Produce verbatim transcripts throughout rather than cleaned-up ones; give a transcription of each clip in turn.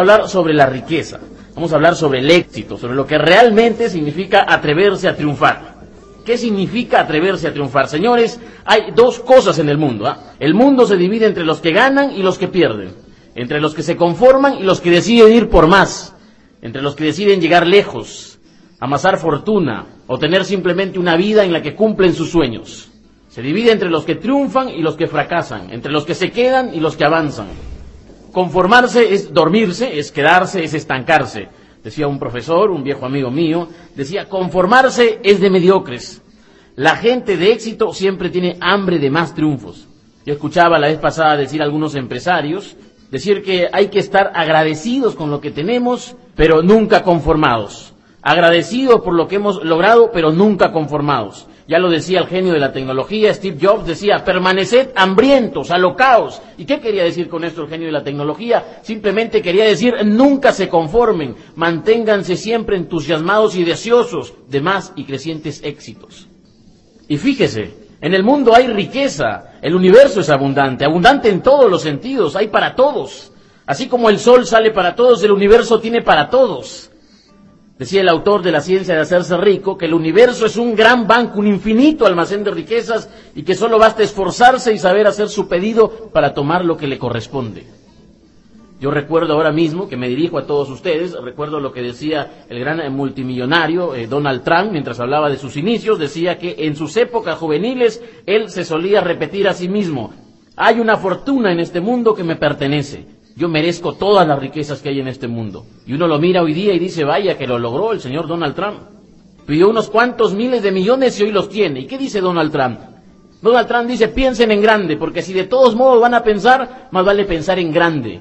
hablar sobre la riqueza, vamos a hablar sobre el éxito, sobre lo que realmente significa atreverse a triunfar. ¿Qué significa atreverse a triunfar? Señores, hay dos cosas en el mundo, ¿eh? El mundo se divide entre los que ganan y los que pierden, entre los que se conforman y los que deciden ir por más, entre los que deciden llegar lejos, amasar fortuna o tener simplemente una vida en la que cumplen sus sueños. Se divide entre los que triunfan y los que fracasan, entre los que se quedan y los que avanzan. Conformarse es dormirse, es quedarse, es estancarse. Decía un profesor, un viejo amigo mío, decía, conformarse es de mediocres. La gente de éxito siempre tiene hambre de más triunfos. Yo escuchaba la vez pasada decir a algunos empresarios, decir que hay que estar agradecidos con lo que tenemos, pero nunca conformados. Agradecidos por lo que hemos logrado, pero nunca conformados. Ya lo decía el genio de la tecnología, Steve Jobs, decía, permaneced hambrientos, alocaos. ¿Y qué quería decir con esto el genio de la tecnología? Simplemente quería decir, nunca se conformen, manténganse siempre entusiasmados y deseosos de más y crecientes éxitos. Y fíjese, en el mundo hay riqueza, el universo es abundante, abundante en todos los sentidos, hay para todos. Así como el sol sale para todos, el universo tiene para todos. Decía el autor de La ciencia de hacerse rico que el universo es un gran banco, un infinito almacén de riquezas y que solo basta esforzarse y saber hacer su pedido para tomar lo que le corresponde. Yo recuerdo ahora mismo, que me dirijo a todos ustedes, recuerdo lo que decía el gran multimillonario eh, Donald Trump mientras hablaba de sus inicios, decía que en sus épocas juveniles él se solía repetir a sí mismo, hay una fortuna en este mundo que me pertenece. Yo merezco todas las riquezas que hay en este mundo. Y uno lo mira hoy día y dice, vaya que lo logró el señor Donald Trump. Pidió unos cuantos miles de millones y hoy los tiene. ¿Y qué dice Donald Trump? Donald Trump dice, piensen en grande, porque si de todos modos van a pensar, más vale pensar en grande.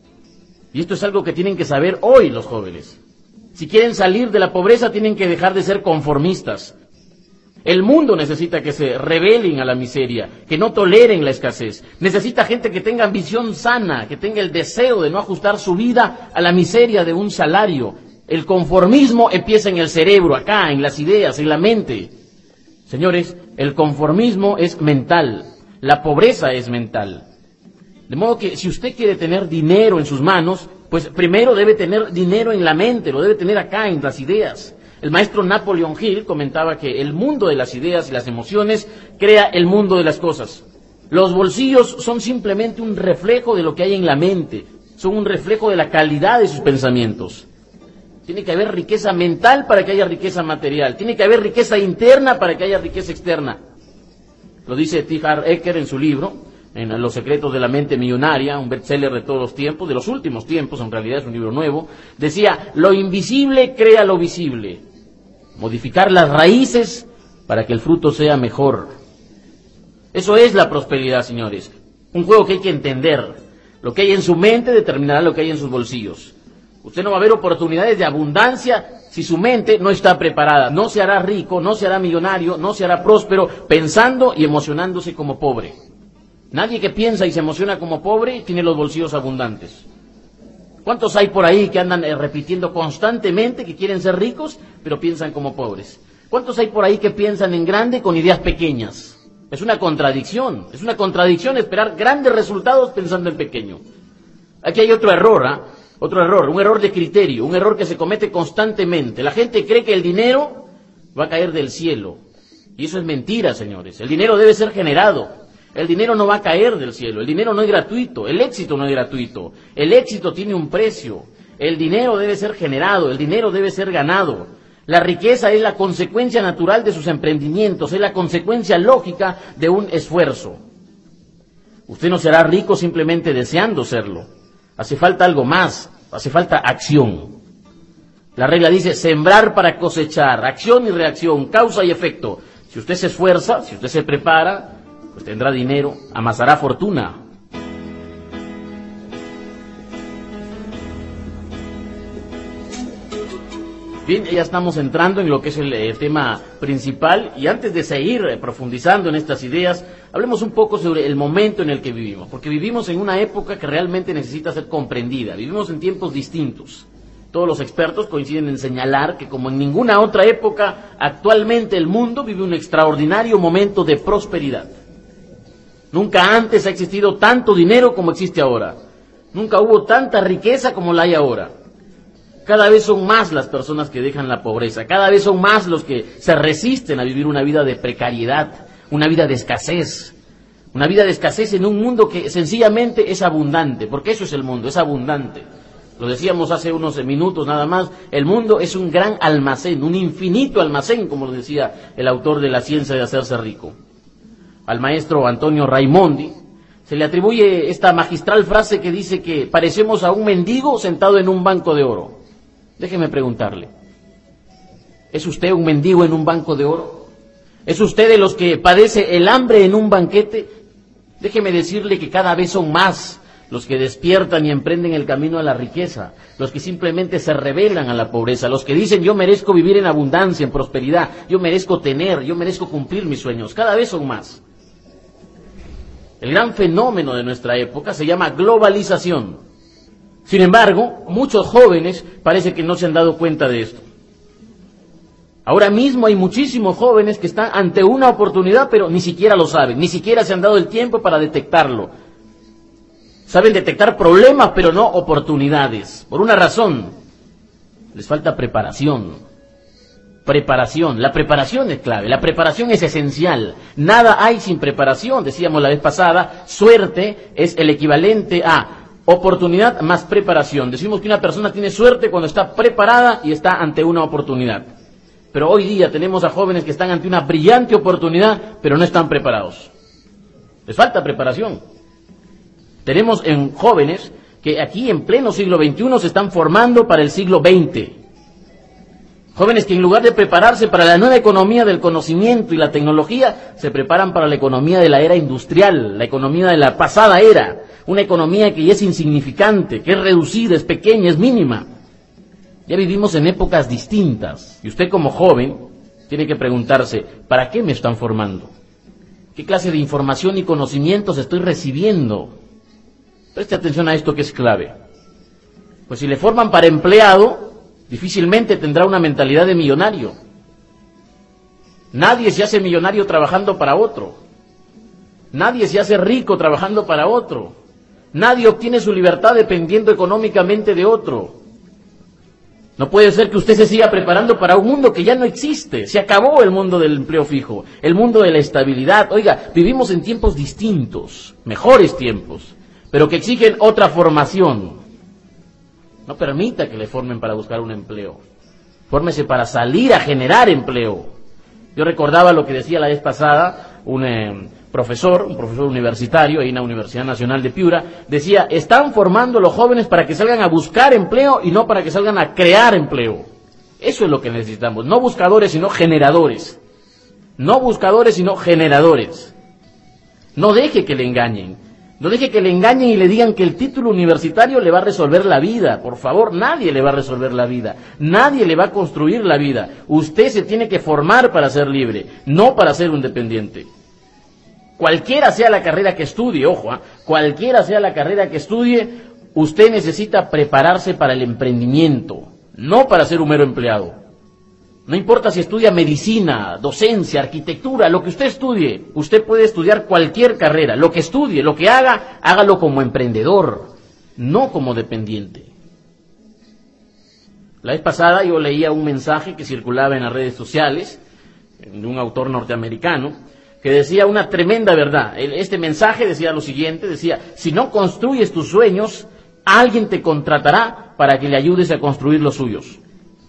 Y esto es algo que tienen que saber hoy los jóvenes. Si quieren salir de la pobreza, tienen que dejar de ser conformistas. El mundo necesita que se rebelen a la miseria, que no toleren la escasez. Necesita gente que tenga ambición sana, que tenga el deseo de no ajustar su vida a la miseria de un salario. El conformismo empieza en el cerebro, acá, en las ideas, en la mente. Señores, el conformismo es mental, la pobreza es mental. De modo que si usted quiere tener dinero en sus manos, pues primero debe tener dinero en la mente, lo debe tener acá, en las ideas. El maestro Napoleon Hill comentaba que el mundo de las ideas y las emociones crea el mundo de las cosas. Los bolsillos son simplemente un reflejo de lo que hay en la mente, son un reflejo de la calidad de sus pensamientos. Tiene que haber riqueza mental para que haya riqueza material, tiene que haber riqueza interna para que haya riqueza externa. Lo dice T. Harv Eker en su libro, en Los secretos de la mente millonaria, un bestseller de todos los tiempos, de los últimos tiempos, en realidad es un libro nuevo. Decía, lo invisible crea lo visible. Modificar las raíces para que el fruto sea mejor. Eso es la prosperidad, señores. Un juego que hay que entender. Lo que hay en su mente determinará lo que hay en sus bolsillos. Usted no va a ver oportunidades de abundancia si su mente no está preparada. No se hará rico, no se hará millonario, no se hará próspero pensando y emocionándose como pobre. Nadie que piensa y se emociona como pobre tiene los bolsillos abundantes. ¿Cuántos hay por ahí que andan eh, repitiendo constantemente que quieren ser ricos, pero piensan como pobres? ¿Cuántos hay por ahí que piensan en grande con ideas pequeñas? Es una contradicción, es una contradicción esperar grandes resultados pensando en pequeño. Aquí hay otro error, ¿ah? ¿eh? Otro error, un error de criterio, un error que se comete constantemente. La gente cree que el dinero va a caer del cielo. Y eso es mentira, señores. El dinero debe ser generado. El dinero no va a caer del cielo, el dinero no es gratuito, el éxito no es gratuito, el éxito tiene un precio, el dinero debe ser generado, el dinero debe ser ganado. La riqueza es la consecuencia natural de sus emprendimientos, es la consecuencia lógica de un esfuerzo. Usted no será rico simplemente deseando serlo, hace falta algo más, hace falta acción. La regla dice sembrar para cosechar, acción y reacción, causa y efecto. Si usted se esfuerza, si usted se prepara, pues tendrá dinero, amasará fortuna. Bien, ya estamos entrando en lo que es el eh, tema principal y antes de seguir eh, profundizando en estas ideas, hablemos un poco sobre el momento en el que vivimos, porque vivimos en una época que realmente necesita ser comprendida, vivimos en tiempos distintos. Todos los expertos coinciden en señalar que como en ninguna otra época, actualmente el mundo vive un extraordinario momento de prosperidad. Nunca antes ha existido tanto dinero como existe ahora. Nunca hubo tanta riqueza como la hay ahora. Cada vez son más las personas que dejan la pobreza, cada vez son más los que se resisten a vivir una vida de precariedad, una vida de escasez, una vida de escasez en un mundo que sencillamente es abundante, porque eso es el mundo, es abundante. Lo decíamos hace unos minutos nada más, el mundo es un gran almacén, un infinito almacén, como lo decía el autor de La ciencia de hacerse rico. Al maestro Antonio Raimondi se le atribuye esta magistral frase que dice que parecemos a un mendigo sentado en un banco de oro. Déjeme preguntarle, ¿es usted un mendigo en un banco de oro? ¿Es usted de los que padece el hambre en un banquete? Déjeme decirle que cada vez son más los que despiertan y emprenden el camino a la riqueza, los que simplemente se rebelan a la pobreza, los que dicen yo merezco vivir en abundancia, en prosperidad, yo merezco tener, yo merezco cumplir mis sueños, cada vez son más. El gran fenómeno de nuestra época se llama globalización. Sin embargo, muchos jóvenes parece que no se han dado cuenta de esto. Ahora mismo hay muchísimos jóvenes que están ante una oportunidad, pero ni siquiera lo saben, ni siquiera se han dado el tiempo para detectarlo. Saben detectar problemas, pero no oportunidades. Por una razón, les falta preparación. Preparación, la preparación es clave, la preparación es esencial. Nada hay sin preparación, decíamos la vez pasada, suerte es el equivalente a oportunidad más preparación. Decimos que una persona tiene suerte cuando está preparada y está ante una oportunidad. Pero hoy día tenemos a jóvenes que están ante una brillante oportunidad, pero no están preparados. Les falta preparación. Tenemos en jóvenes que aquí en pleno siglo veintiuno se están formando para el siglo veinte. Jóvenes que en lugar de prepararse para la nueva economía del conocimiento y la tecnología, se preparan para la economía de la era industrial, la economía de la pasada era. Una economía que ya es insignificante, que es reducida, es pequeña, es mínima. Ya vivimos en épocas distintas. Y usted como joven tiene que preguntarse, ¿para qué me están formando? ¿Qué clase de información y conocimientos estoy recibiendo? Preste atención a esto que es clave. Pues si le forman para empleado, difícilmente tendrá una mentalidad de millonario. Nadie se hace millonario trabajando para otro. Nadie se hace rico trabajando para otro. Nadie obtiene su libertad dependiendo económicamente de otro. No puede ser que usted se siga preparando para un mundo que ya no existe. Se acabó el mundo del empleo fijo, el mundo de la estabilidad. Oiga, vivimos en tiempos distintos, mejores tiempos, pero que exigen otra formación. No permita que le formen para buscar un empleo. Fórmese para salir a generar empleo. Yo recordaba lo que decía la vez pasada un eh, profesor, un profesor universitario ahí en la Universidad Nacional de Piura, decía, están formando los jóvenes para que salgan a buscar empleo y no para que salgan a crear empleo. Eso es lo que necesitamos, no buscadores sino generadores. No buscadores sino generadores. No deje que le engañen. No deje que le engañen y le digan que el título universitario le va a resolver la vida. Por favor, nadie le va a resolver la vida. Nadie le va a construir la vida. Usted se tiene que formar para ser libre, no para ser un dependiente. Cualquiera sea la carrera que estudie, ojo, ¿eh? cualquiera sea la carrera que estudie, usted necesita prepararse para el emprendimiento, no para ser un mero empleado. No importa si estudia medicina, docencia, arquitectura, lo que usted estudie, usted puede estudiar cualquier carrera, lo que estudie, lo que haga, hágalo como emprendedor, no como dependiente. La vez pasada yo leía un mensaje que circulaba en las redes sociales, de un autor norteamericano, que decía una tremenda verdad. Este mensaje decía lo siguiente, decía, si no construyes tus sueños, alguien te contratará para que le ayudes a construir los suyos.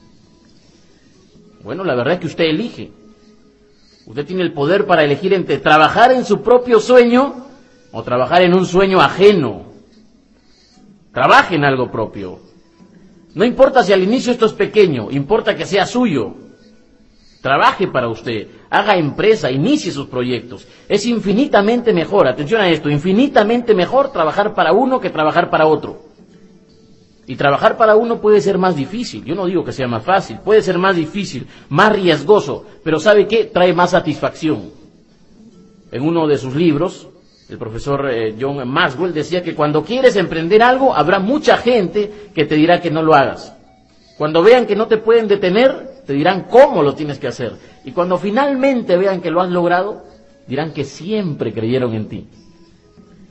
Bueno, la verdad es que usted elige. Usted tiene el poder para elegir entre trabajar en su propio sueño o trabajar en un sueño ajeno. Trabaje en algo propio. No importa si al inicio esto es pequeño, importa que sea suyo. Trabaje para usted, haga empresa, inicie sus proyectos. Es infinitamente mejor, atención a esto, infinitamente mejor trabajar para uno que trabajar para otro. Y trabajar para uno puede ser más difícil, yo no digo que sea más fácil, puede ser más difícil, más riesgoso, pero ¿sabe qué? Trae más satisfacción. En uno de sus libros, el profesor eh, John Maxwell decía que cuando quieres emprender algo, habrá mucha gente que te dirá que no lo hagas. Cuando vean que no te pueden detener, te dirán cómo lo tienes que hacer. Y cuando finalmente vean que lo has logrado, dirán que siempre creyeron en ti.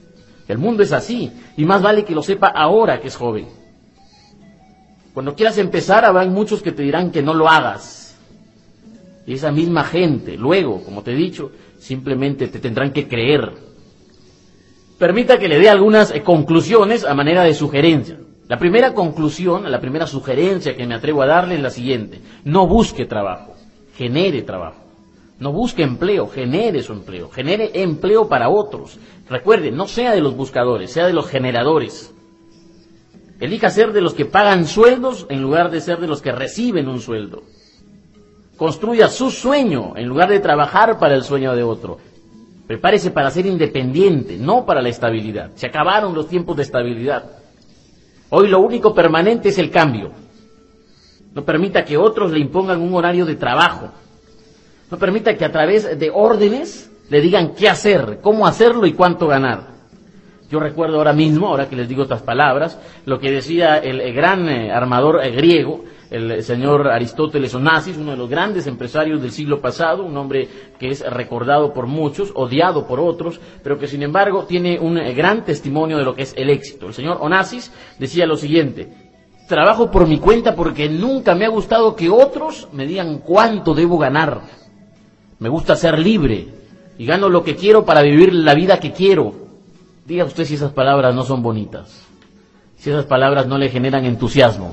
El mundo es así, y más vale que lo sepa ahora que es joven. Cuando quieras empezar, habrá muchos que te dirán que no lo hagas. Y esa misma gente, luego, como te he dicho, simplemente te tendrán que creer. Permita que le dé algunas eh, conclusiones a manera de sugerencia. La primera conclusión, la primera sugerencia que me atrevo a darle es la siguiente. No busque trabajo, genere trabajo. No busque empleo, genere su empleo, genere empleo para otros. Recuerde, no sea de los buscadores, sea de los generadores. Elija ser de los que pagan sueldos en lugar de ser de los que reciben un sueldo. Construya su sueño en lugar de trabajar para el sueño de otro. Prepárese para ser independiente, no para la estabilidad. Se acabaron los tiempos de estabilidad. Hoy lo único permanente es el cambio. No permita que otros le impongan un horario de trabajo. No permita que a través de órdenes le digan qué hacer, cómo hacerlo y cuánto ganar. Yo recuerdo ahora mismo, ahora que les digo estas palabras, lo que decía el, el gran eh, armador eh, griego, el señor Aristóteles Onassis, uno de los grandes empresarios del siglo pasado, un hombre que es recordado por muchos, odiado por otros, pero que sin embargo tiene un eh, gran testimonio de lo que es el éxito. El señor Onassis decía lo siguiente: trabajo por mi cuenta porque nunca me ha gustado que otros me digan cuánto debo ganar. Me gusta ser libre y gano lo que quiero para vivir la vida que quiero. Diga usted si esas palabras no son bonitas, si esas palabras no le generan entusiasmo.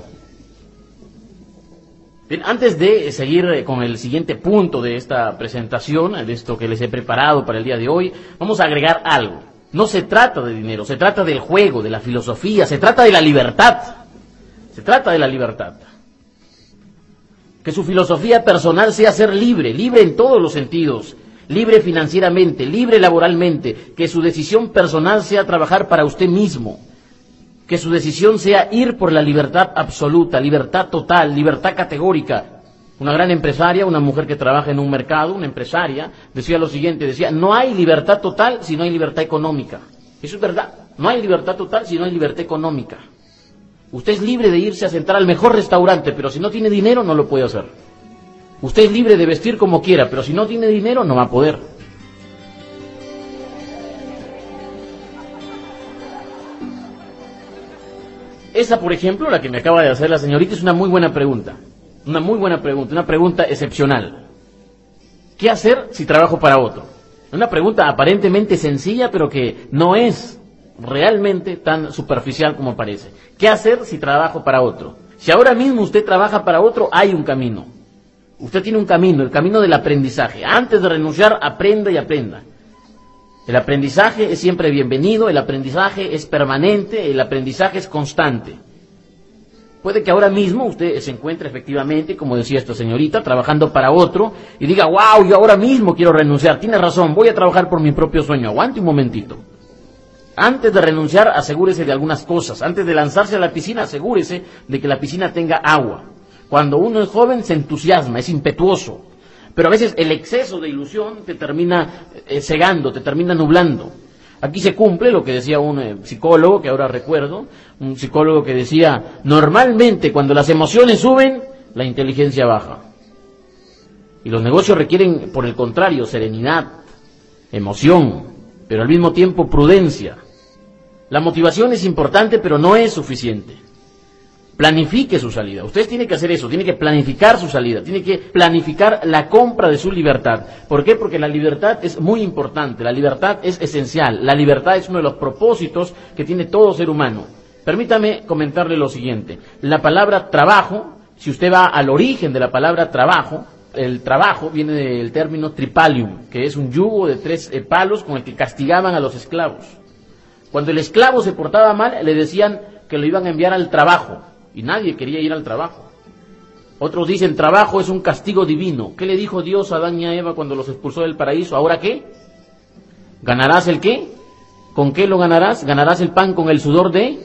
Bien, antes de seguir con el siguiente punto de esta presentación, de esto que les he preparado para el día de hoy, vamos a agregar algo. No se trata de dinero, se trata del juego, de la filosofía, se trata de la libertad. Se trata de la libertad. Que su filosofía personal sea ser libre, libre en todos los sentidos, libre financieramente, libre laboralmente, que su decisión personal sea trabajar para usted mismo, que su decisión sea ir por la libertad absoluta, libertad total, libertad categórica. Una gran empresaria, una mujer que trabaja en un mercado, una empresaria, decía lo siguiente, decía, no hay libertad total si no hay libertad económica. Eso es verdad, no hay libertad total si no hay libertad económica. Usted es libre de irse a sentar al mejor restaurante, pero si no tiene dinero no lo puede hacer. Usted es libre de vestir como quiera, pero si no tiene dinero no va a poder. Esa, por ejemplo, la que me acaba de hacer la señorita, es una muy buena pregunta. Una muy buena pregunta, una pregunta excepcional. ¿Qué hacer si trabajo para otro? Una pregunta aparentemente sencilla, pero que no es realmente tan superficial como parece. ¿Qué hacer si trabajo para otro? Si ahora mismo usted trabaja para otro, hay un camino. Usted tiene un camino, el camino del aprendizaje. Antes de renunciar, aprenda y aprenda. El aprendizaje es siempre bienvenido, el aprendizaje es permanente, el aprendizaje es constante. Puede que ahora mismo usted se encuentre efectivamente, como decía esta señorita, trabajando para otro y diga, wow, yo ahora mismo quiero renunciar. Tiene razón, voy a trabajar por mi propio sueño. Aguante un momentito. Antes de renunciar, asegúrese de algunas cosas. Antes de lanzarse a la piscina, asegúrese de que la piscina tenga agua. Cuando uno es joven, se entusiasma, es impetuoso. Pero a veces el exceso de ilusión te termina eh, cegando, te termina nublando. Aquí se cumple lo que decía un eh, psicólogo, que ahora recuerdo, un psicólogo que decía, normalmente cuando las emociones suben, la inteligencia baja. Y los negocios requieren, por el contrario, serenidad, emoción, pero al mismo tiempo prudencia. La motivación es importante, pero no es suficiente. Planifique su salida. Usted tiene que hacer eso, tiene que planificar su salida, tiene que planificar la compra de su libertad. ¿Por qué? Porque la libertad es muy importante, la libertad es esencial, la libertad es uno de los propósitos que tiene todo ser humano. Permítame comentarle lo siguiente. La palabra trabajo, si usted va al origen de la palabra trabajo, el trabajo viene del término tripalium, que es un yugo de tres eh, palos con el que castigaban a los esclavos. Cuando el esclavo se portaba mal, le decían que lo iban a enviar al trabajo, y nadie quería ir al trabajo. Otros dicen, trabajo es un castigo divino. ¿Qué le dijo Dios a Adán y a Eva cuando los expulsó del paraíso? ¿Ahora qué? ¿Ganarás el qué? ¿Con qué lo ganarás? ¿Ganarás el pan con el sudor de...?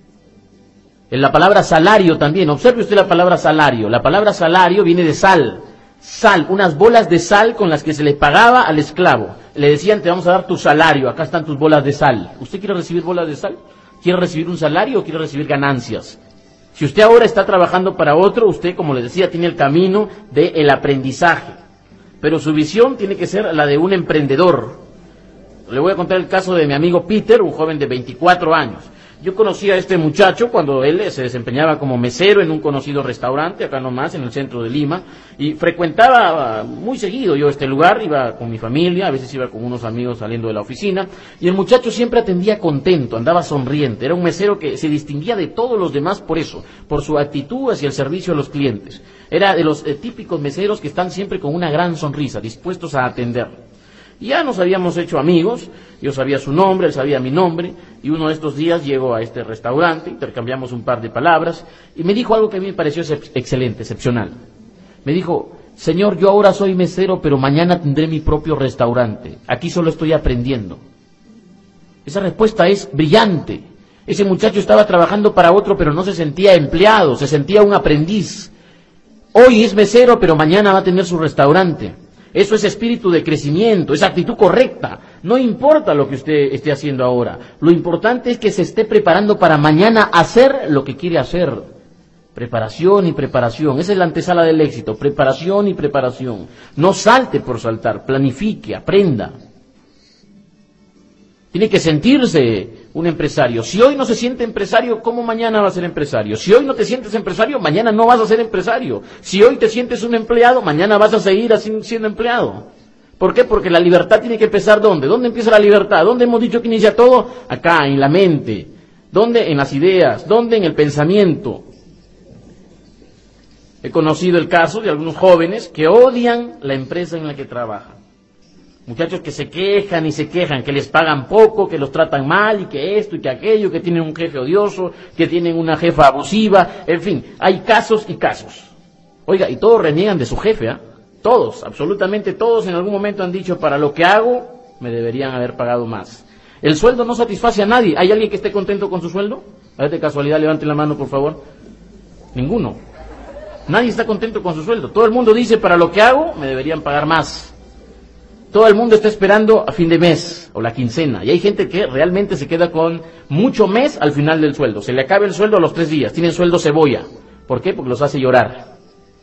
En la palabra salario también, observe usted la palabra salario. La palabra salario viene de sal. Sal, unas bolas de sal con las que se le pagaba al esclavo. Le decían, te vamos a dar tu salario, acá están tus bolas de sal. ¿Usted quiere recibir bolas de sal? ¿Quiere recibir un salario o quiere recibir ganancias? Si usted ahora está trabajando para otro, usted, como les decía, tiene el camino del aprendizaje. Pero su visión tiene que ser la de un emprendedor. Le voy a contar el caso de mi amigo Peter, un joven de veinticuatro años. Yo conocí a este muchacho cuando él se desempeñaba como mesero en un conocido restaurante, acá nomás, en el centro de Lima, y frecuentaba muy seguido yo este lugar, iba con mi familia, a veces iba con unos amigos saliendo de la oficina, y el muchacho siempre atendía contento, andaba sonriente, era un mesero que se distinguía de todos los demás por eso, por su actitud hacia el servicio a los clientes. Era de los eh, típicos meseros que están siempre con una gran sonrisa, dispuestos a atender. Ya nos habíamos hecho amigos, yo sabía su nombre, él sabía mi nombre, y uno de estos días llegó a este restaurante, intercambiamos un par de palabras, y me dijo algo que a mí me pareció ex excelente, excepcional. Me dijo, señor, yo ahora soy mesero, pero mañana tendré mi propio restaurante, aquí solo estoy aprendiendo. Esa respuesta es brillante. Ese muchacho estaba trabajando para otro, pero no se sentía empleado, se sentía un aprendiz. Hoy es mesero, pero mañana va a tener su restaurante. Eso es espíritu de crecimiento, es actitud correcta. No importa lo que usted esté haciendo ahora. Lo importante es que se esté preparando para mañana hacer lo que quiere hacer. Preparación y preparación. Esa es la antesala del éxito. Preparación y preparación. No salte por saltar. Planifique, aprenda. Tiene que sentirse un empresario. Si hoy no se siente empresario, ¿cómo mañana va a ser empresario? Si hoy no te sientes empresario, mañana no vas a ser empresario. Si hoy te sientes un empleado, mañana vas a seguir así siendo empleado. ¿Por qué? Porque la libertad tiene que empezar ¿dónde? ¿Dónde empieza la libertad? ¿Dónde hemos dicho que inicia todo? Acá, en la mente. ¿Dónde? En las ideas. ¿Dónde? En el pensamiento. He conocido el caso de algunos jóvenes que odian la empresa en la que trabajan. Muchachos que se quejan y se quejan, que les pagan poco, que los tratan mal y que esto y que aquello, que tienen un jefe odioso, que tienen una jefa abusiva, en fin, hay casos y casos. Oiga, y todos reniegan de su jefe, ¿ah? ¿eh? Todos, absolutamente todos en algún momento han dicho, para lo que hago, me deberían haber pagado más. El sueldo no satisface a nadie. ¿Hay alguien que esté contento con su sueldo? A ver, de casualidad, levanten la mano, por favor. Ninguno. Nadie está contento con su sueldo. Todo el mundo dice, para lo que hago, me deberían pagar más. Todo el mundo está esperando a fin de mes o la quincena. Y hay gente que realmente se queda con mucho mes al final del sueldo. Se le acaba el sueldo a los tres días. Tienen sueldo cebolla. ¿Por qué? Porque los hace llorar.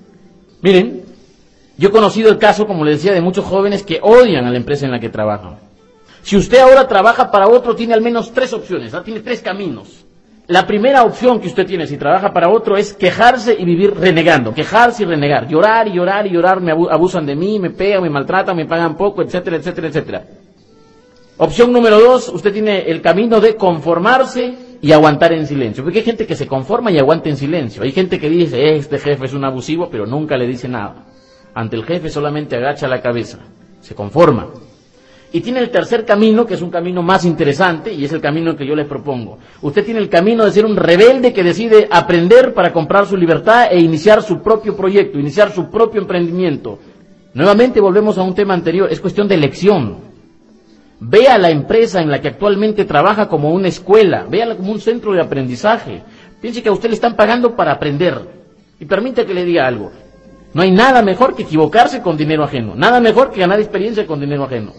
Miren, yo he conocido el caso, como les decía, de muchos jóvenes que odian a la empresa en la que trabajan. Si usted ahora trabaja para otro, tiene al menos tres opciones, ¿no? Tiene tres caminos. La primera opción que usted tiene si trabaja para otro es quejarse y vivir renegando, quejarse y renegar, llorar y llorar y llorar, me abusan de mí, me pegan, me maltratan, me pagan poco, etcétera, etcétera, etcétera. Opción número dos, usted tiene el camino de conformarse y aguantar en silencio, porque hay gente que se conforma y aguanta en silencio, hay gente que dice, este jefe es un abusivo, pero nunca le dice nada. Ante el jefe solamente agacha la cabeza, se conforma. Y tiene el tercer camino, que es un camino más interesante, y es el camino que yo les propongo. Usted tiene el camino de ser un rebelde que decide aprender para comprar su libertad e iniciar su propio proyecto, iniciar su propio emprendimiento. Nuevamente volvemos a un tema anterior, es cuestión de elección. Vea la empresa en la que actualmente trabaja como una escuela, véala como un centro de aprendizaje. Piense que a usted le están pagando para aprender. Y permita que le diga algo. No hay nada mejor que equivocarse con dinero ajeno, nada mejor que ganar experiencia con dinero ajeno.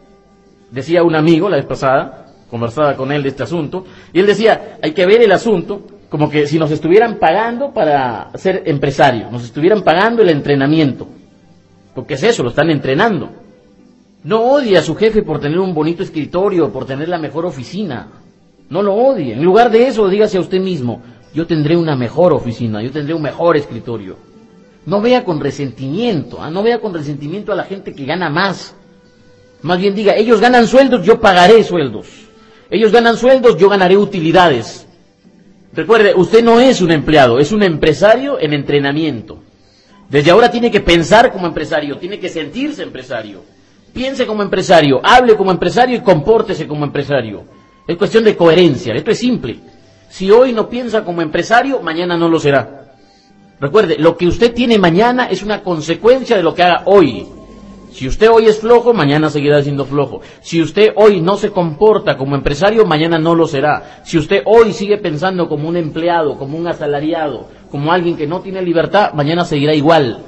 Decía un amigo la vez pasada, conversaba con él de este asunto, y él decía, hay que ver el asunto como que si nos estuvieran pagando para ser empresarios, nos estuvieran pagando el entrenamiento, porque es eso, lo están entrenando. No odie a su jefe por tener un bonito escritorio, por tener la mejor oficina, no lo odie. En lugar de eso, dígase a usted mismo, yo tendré una mejor oficina, yo tendré un mejor escritorio. No vea con resentimiento, ¿eh? no vea con resentimiento a la gente que gana más. Más bien diga, ellos ganan sueldos, yo pagaré sueldos. Ellos ganan sueldos, yo ganaré utilidades. Recuerde, usted no es un empleado, es un empresario en entrenamiento. Desde ahora tiene que pensar como empresario, tiene que sentirse empresario. Piense como empresario, hable como empresario y compórtese como empresario. Es cuestión de coherencia, esto es simple. Si hoy no piensa como empresario, mañana no lo será. Recuerde, lo que usted tiene mañana es una consecuencia de lo que haga hoy. Si usted hoy es flojo, mañana seguirá siendo flojo. Si usted hoy no se comporta como empresario, mañana no lo será. Si usted hoy sigue pensando como un empleado, como un asalariado, como alguien que no tiene libertad, mañana seguirá igual.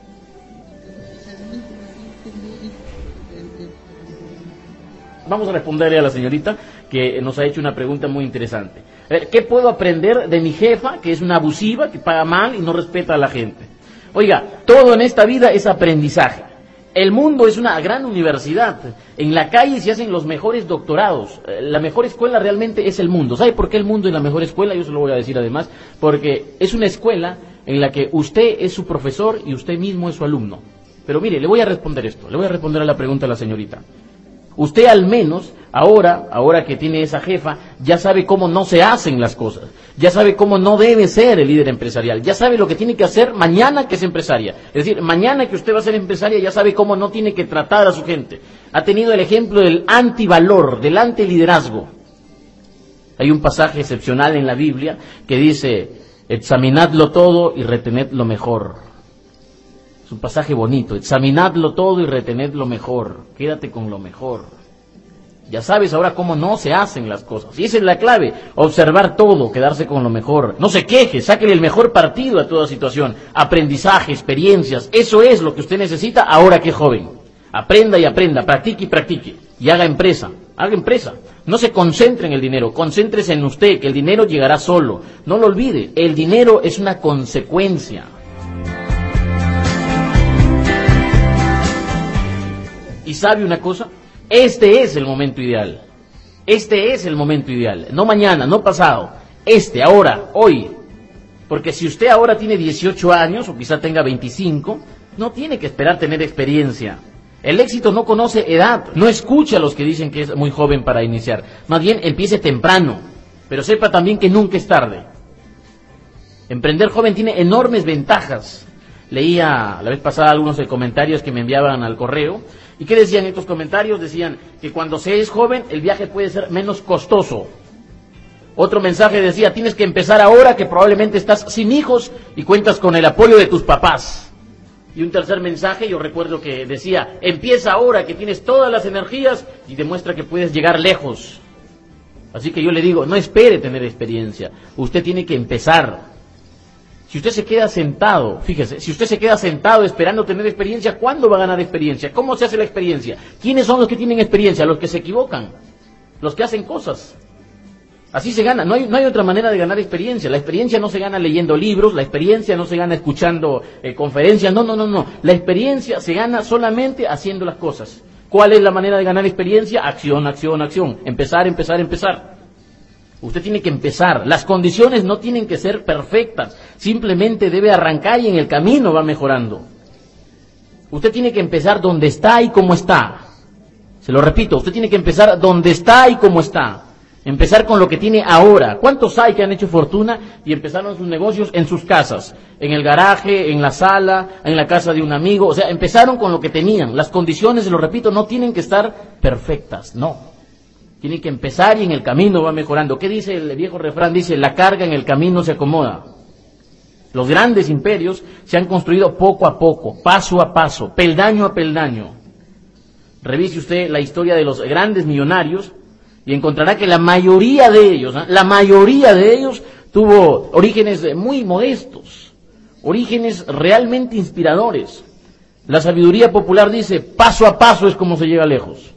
Vamos a responderle a la señorita que nos ha hecho una pregunta muy interesante. A ver, ¿qué puedo aprender de mi jefa, que es una abusiva, que paga mal y no respeta a la gente? Oiga, todo en esta vida es aprendizaje. El mundo es una gran universidad. En la calle se hacen los mejores doctorados. La mejor escuela realmente es el mundo. ¿Sabe por qué el mundo es la mejor escuela? Yo se lo voy a decir además. Porque es una escuela en la que usted es su profesor y usted mismo es su alumno. Pero mire, le voy a responder esto. Le voy a responder a la pregunta de la señorita. Usted al menos, ahora, ahora que tiene esa jefa, ya sabe cómo no se hacen las cosas. Ya sabe cómo no debe ser el líder empresarial. Ya sabe lo que tiene que hacer mañana que es empresaria. Es decir, mañana que usted va a ser empresaria, ya sabe cómo no tiene que tratar a su gente. Ha tenido el ejemplo del antivalor, del antiliderazgo. Hay un pasaje excepcional en la Biblia que dice, examinadlo todo y retened lo mejor. Es un pasaje bonito. Examinadlo todo y retened lo mejor. Quédate con lo mejor. Ya sabes ahora cómo no se hacen las cosas. Y esa es la clave. Observar todo, quedarse con lo mejor. No se queje, sáquele el mejor partido a toda situación. Aprendizaje, experiencias. Eso es lo que usted necesita ahora que es joven. Aprenda y aprenda, practique y practique. Y haga empresa. Haga empresa. No se concentre en el dinero. Concéntrese en usted, que el dinero llegará solo. No lo olvide. El dinero es una consecuencia. ¿Y sabe una cosa? Este es el momento ideal. Este es el momento ideal. No mañana, no pasado. Este, ahora, hoy. Porque si usted ahora tiene dieciocho años, o quizá tenga veinticinco, no tiene que esperar tener experiencia. El éxito no conoce edad. No escuche a los que dicen que es muy joven para iniciar. Más bien, empiece temprano. Pero sepa también que nunca es tarde. Emprender joven tiene enormes ventajas. Leía la vez pasada algunos de comentarios que me enviaban al correo. ¿Y qué decían estos comentarios? Decían que cuando se es joven el viaje puede ser menos costoso. Otro mensaje decía, tienes que empezar ahora que probablemente estás sin hijos y cuentas con el apoyo de tus papás. Y un tercer mensaje, yo recuerdo que decía, empieza ahora que tienes todas las energías y demuestra que puedes llegar lejos. Así que yo le digo, no espere tener experiencia, usted tiene que empezar. Si usted se queda sentado, fíjese, si usted se queda sentado esperando tener experiencia, ¿cuándo va a ganar experiencia? ¿Cómo se hace la experiencia? ¿Quiénes son los que tienen experiencia? Los que se equivocan, los que hacen cosas. Así se gana, no hay, no hay otra manera de ganar experiencia. La experiencia no se gana leyendo libros, la experiencia no se gana escuchando eh, conferencias, no, no, no, no. La experiencia se gana solamente haciendo las cosas. ¿Cuál es la manera de ganar experiencia? Acción, acción, acción. Empezar, empezar, empezar. Usted tiene que empezar. Las condiciones no tienen que ser perfectas. Simplemente debe arrancar y en el camino va mejorando. Usted tiene que empezar donde está y cómo está. Se lo repito, usted tiene que empezar donde está y cómo está. Empezar con lo que tiene ahora. ¿Cuántos hay que han hecho fortuna y empezaron sus negocios en sus casas? En el garaje, en la sala, en la casa de un amigo. O sea, empezaron con lo que tenían. Las condiciones, se lo repito, no tienen que estar perfectas, no. Tiene que empezar y en el camino va mejorando. ¿Qué dice el viejo refrán? Dice, la carga en el camino se acomoda. Los grandes imperios se han construido poco a poco, paso a paso, peldaño a peldaño. Revise usted la historia de los grandes millonarios y encontrará que la mayoría de ellos, ¿eh? la mayoría de ellos tuvo orígenes muy modestos, orígenes realmente inspiradores. La sabiduría popular dice, paso a paso es como se llega lejos.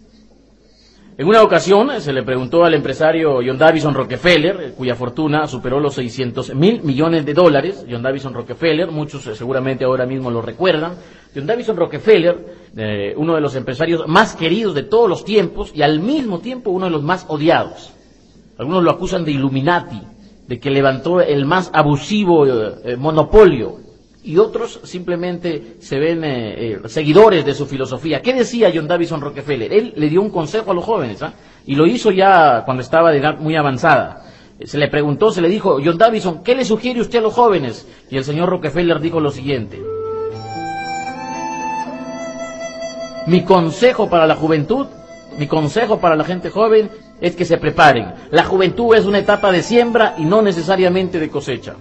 En una ocasión se le preguntó al empresario John Davison Rockefeller, cuya fortuna superó los seiscientos mil millones de dólares. John Davison Rockefeller, muchos seguramente ahora mismo lo recuerdan. John Davison Rockefeller, eh, uno de los empresarios más queridos de todos los tiempos y al mismo tiempo uno de los más odiados. Algunos lo acusan de Illuminati, de que levantó el más abusivo eh, monopolio. Y otros simplemente se ven eh, eh, seguidores de su filosofía. ¿Qué decía John Davison Rockefeller? Él le dio un consejo a los jóvenes, ¿eh? y lo hizo ya cuando estaba de edad muy avanzada. Se le preguntó, se le dijo, John Davison, ¿qué le sugiere usted a los jóvenes? Y el señor Rockefeller dijo lo siguiente. Mi consejo para la juventud, mi consejo para la gente joven es que se preparen. La juventud es una etapa de siembra y no necesariamente de cosecha.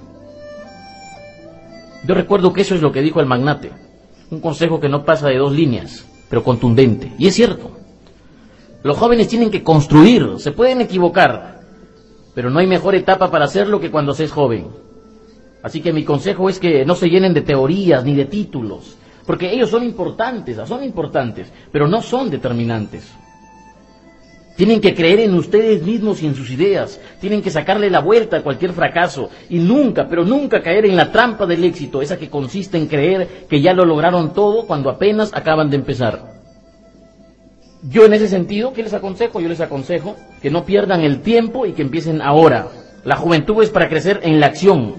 Yo recuerdo que eso es lo que dijo el magnate, un consejo que no pasa de dos líneas, pero contundente, y es cierto. Los jóvenes tienen que construir, se pueden equivocar, pero no hay mejor etapa para hacerlo que cuando se es joven. Así que mi consejo es que no se llenen de teorías ni de títulos, porque ellos son importantes, son importantes, pero no son determinantes. Tienen que creer en ustedes mismos y en sus ideas. Tienen que sacarle la vuelta a cualquier fracaso y nunca, pero nunca caer en la trampa del éxito, esa que consiste en creer que ya lo lograron todo cuando apenas acaban de empezar. Yo en ese sentido, ¿qué les aconsejo? Yo les aconsejo que no pierdan el tiempo y que empiecen ahora. La juventud es para crecer en la acción.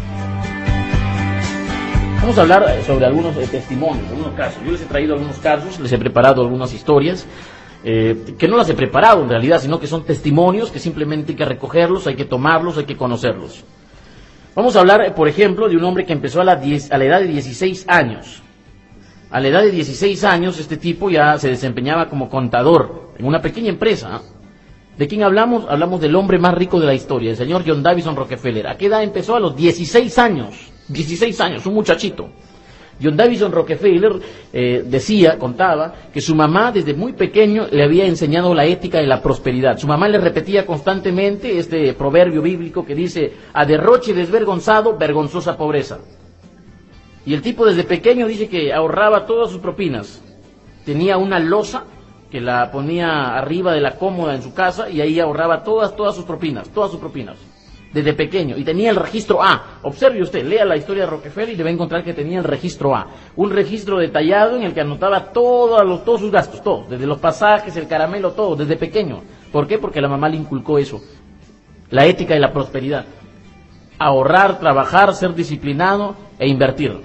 Vamos a hablar sobre algunos eh, testimonios, algunos casos. Yo les he traído algunos casos, les he preparado algunas historias. Eh, que no las he preparado en realidad, sino que son testimonios que simplemente hay que recogerlos, hay que tomarlos, hay que conocerlos. Vamos a hablar, por ejemplo, de un hombre que empezó a la, diez, a la edad de dieciséis años. A la edad de dieciséis años, este tipo ya se desempeñaba como contador en una pequeña empresa. ¿De quién hablamos? Hablamos del hombre más rico de la historia, el señor John Davison Rockefeller. ¿A qué edad empezó? A los dieciséis años. dieciséis años, un muchachito. John Davison Rockefeller eh, decía, contaba, que su mamá desde muy pequeño le había enseñado la ética de la prosperidad. Su mamá le repetía constantemente este proverbio bíblico que dice, a derroche desvergonzado, vergonzosa pobreza. Y el tipo desde pequeño dice que ahorraba todas sus propinas. Tenía una losa que la ponía arriba de la cómoda en su casa y ahí ahorraba todas, todas sus propinas, todas sus propinas. Desde pequeño, y tenía el registro A. Observe usted, lea la historia de Rockefeller y le va a encontrar que tenía el registro A. Un registro detallado en el que anotaba todos, los, todos sus gastos, todos, desde los pasajes, el caramelo, todo, desde pequeño. ¿Por qué? Porque la mamá le inculcó eso, la ética de la prosperidad. Ahorrar, trabajar, ser disciplinado e invertir.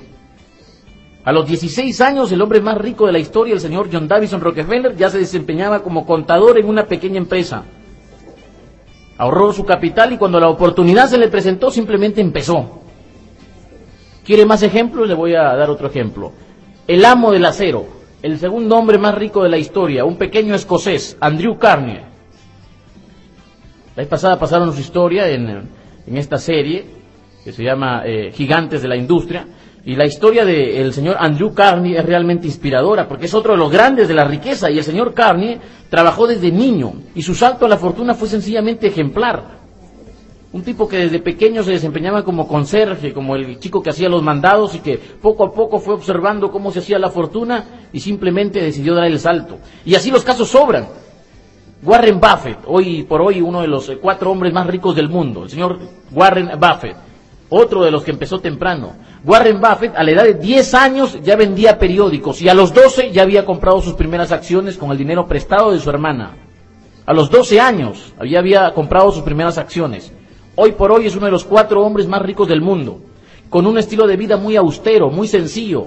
A los dieciséis años, el hombre más rico de la historia, el señor John Davison Rockefeller, ya se desempeñaba como contador en una pequeña empresa. Ahorró su capital y cuando la oportunidad se le presentó, simplemente empezó. ¿Quiere más ejemplos? Le voy a dar otro ejemplo. El amo del acero, el segundo hombre más rico de la historia, un pequeño escocés, Andrew Carnegie. La vez pasada pasaron su historia en, en esta serie, que se llama eh, Gigantes de la Industria, y la historia del señor Andrew Carnegie es realmente inspiradora, porque es otro de los grandes de la riqueza, y el señor Carnegie trabajó desde niño, y su salto a la fortuna fue sencillamente ejemplar. Un tipo que desde pequeño se desempeñaba como conserje, como el chico que hacía los mandados, y que poco a poco fue observando cómo se hacía la fortuna, y simplemente decidió dar el salto. Y así los casos sobran. Warren Buffett, hoy por hoy uno de los cuatro hombres más ricos del mundo, el señor Warren Buffett, otro de los que empezó temprano. Warren Buffett a la edad de diez años ya vendía periódicos y a los doce ya había comprado sus primeras acciones con el dinero prestado de su hermana. A los doce años ya había comprado sus primeras acciones. Hoy por hoy es uno de los cuatro hombres más ricos del mundo, con un estilo de vida muy austero, muy sencillo.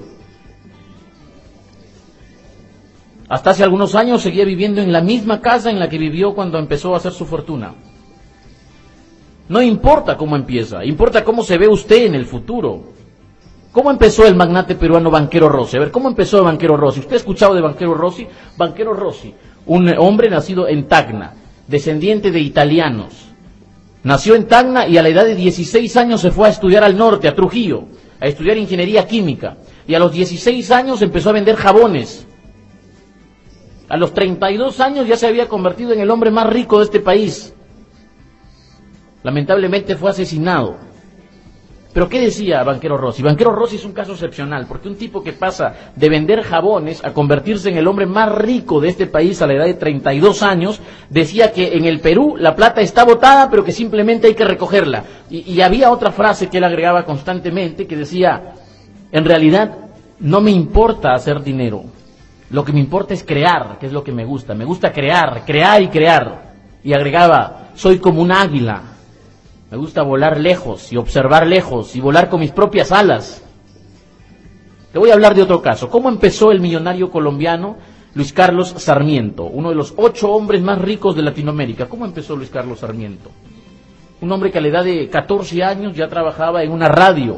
Hasta hace algunos años seguía viviendo en la misma casa en la que vivió cuando empezó a hacer su fortuna. No importa cómo empieza, importa cómo se ve usted en el futuro. ¿Cómo empezó el magnate peruano Banquero Rossi? A ver, ¿cómo empezó el Banquero Rossi? ¿Usted ha escuchado de Banquero Rossi? Banquero Rossi, un hombre nacido en Tacna, descendiente de italianos. Nació en Tacna y a la edad de dieciséis años se fue a estudiar al norte, a Trujillo, a estudiar ingeniería química. Y a los dieciséis años empezó a vender jabones. A los treinta y dos años ya se había convertido en el hombre más rico de este país. Lamentablemente fue asesinado. Pero ¿qué decía Banquero Rossi? Banquero Rossi es un caso excepcional, porque un tipo que pasa de vender jabones a convertirse en el hombre más rico de este país a la edad de treinta y dos años, decía que en el Perú la plata está botada, pero que simplemente hay que recogerla. Y, y había otra frase que él agregaba constantemente, que decía, en realidad no me importa hacer dinero, lo que me importa es crear, que es lo que me gusta. Me gusta crear, crear y crear. Y agregaba, soy como un águila. Me gusta volar lejos y observar lejos y volar con mis propias alas. Te voy a hablar de otro caso. ¿Cómo empezó el millonario colombiano Luis Carlos Sarmiento, uno de los ocho hombres más ricos de Latinoamérica? ¿Cómo empezó Luis Carlos Sarmiento? Un hombre que a la edad de catorce años ya trabajaba en una radio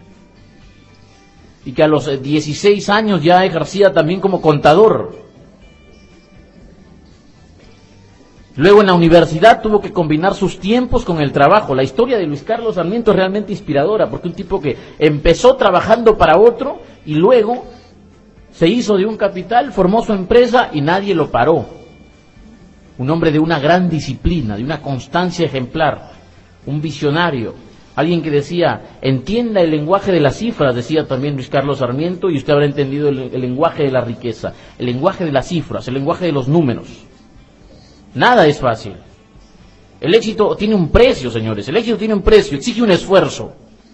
y que a los dieciséis años ya ejercía también como contador. Luego en la universidad tuvo que combinar sus tiempos con el trabajo. La historia de Luis Carlos Sarmiento es realmente inspiradora, porque un tipo que empezó trabajando para otro y luego se hizo de un capital, formó su empresa y nadie lo paró. Un hombre de una gran disciplina, de una constancia ejemplar, un visionario, alguien que decía, entienda el lenguaje de las cifras, decía también Luis Carlos Sarmiento, y usted habrá entendido el, el lenguaje de la riqueza, el lenguaje de las cifras, el lenguaje de los números. Nada es fácil. El éxito tiene un precio, señores. El éxito tiene un precio, exige un esfuerzo.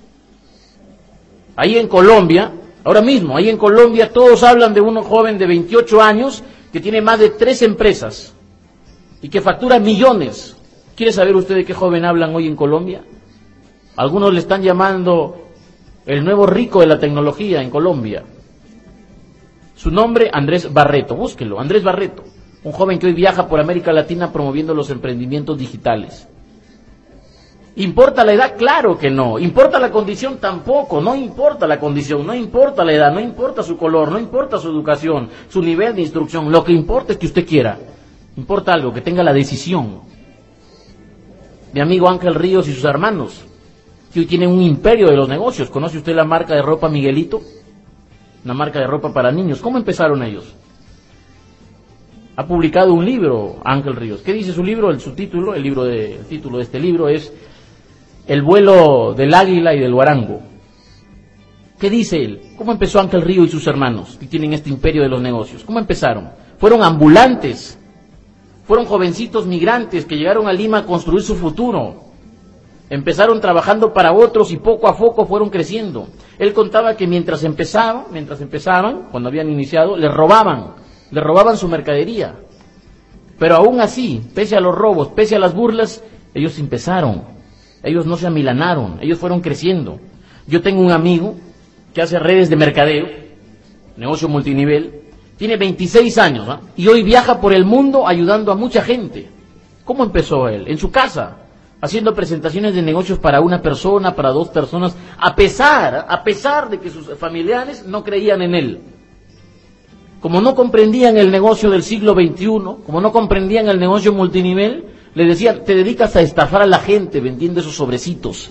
Ahí en Colombia, ahora mismo, ahí en Colombia, todos hablan de un joven de veintiocho años que tiene más de tres empresas y que factura millones. ¿Quiere saber usted de qué joven hablan hoy en Colombia? Algunos le están llamando el nuevo rico de la tecnología en Colombia. Su nombre, Andrés Barreto. Búsquelo, Andrés Barreto. Un joven que hoy viaja por América Latina promoviendo los emprendimientos digitales. ¿Importa la edad? Claro que no. ¿Importa la condición? Tampoco. No importa la condición, no importa la edad, no importa su color, no importa su educación, su nivel de instrucción. Lo que importa es que usted quiera. Importa algo, que tenga la decisión. Mi amigo Ángel Ríos y sus hermanos, que hoy tienen un imperio de los negocios. ¿Conoce usted la marca de ropa Miguelito? Una marca de ropa para niños. ¿Cómo empezaron ellos? Ha publicado un libro, Ángel Ríos. ¿Qué dice su libro? El subtítulo, el libro de, el título de este libro es El vuelo del águila y del guarango. ¿Qué dice él? ¿Cómo empezó Ángel Ríos y sus hermanos, que tienen este imperio de los negocios? ¿Cómo empezaron? Fueron ambulantes, fueron jovencitos migrantes que llegaron a Lima a construir su futuro. Empezaron trabajando para otros y poco a poco fueron creciendo. Él contaba que mientras empezaban, mientras empezaban, cuando habían iniciado, les robaban. Le robaban su mercadería, pero aún así, pese a los robos, pese a las burlas, ellos empezaron, ellos no se amilanaron, ellos fueron creciendo. Yo tengo un amigo que hace redes de mercadeo, negocio multinivel, tiene veintiséis años, ¿eh? Y hoy viaja por el mundo ayudando a mucha gente. ¿Cómo empezó él? En su casa, haciendo presentaciones de negocios para una persona, para dos personas, a pesar, a pesar de que sus familiares no creían en él. Como no comprendían el negocio del siglo veintiuno, como no comprendían el negocio multinivel, le decían, te dedicas a estafar a la gente vendiendo esos sobrecitos.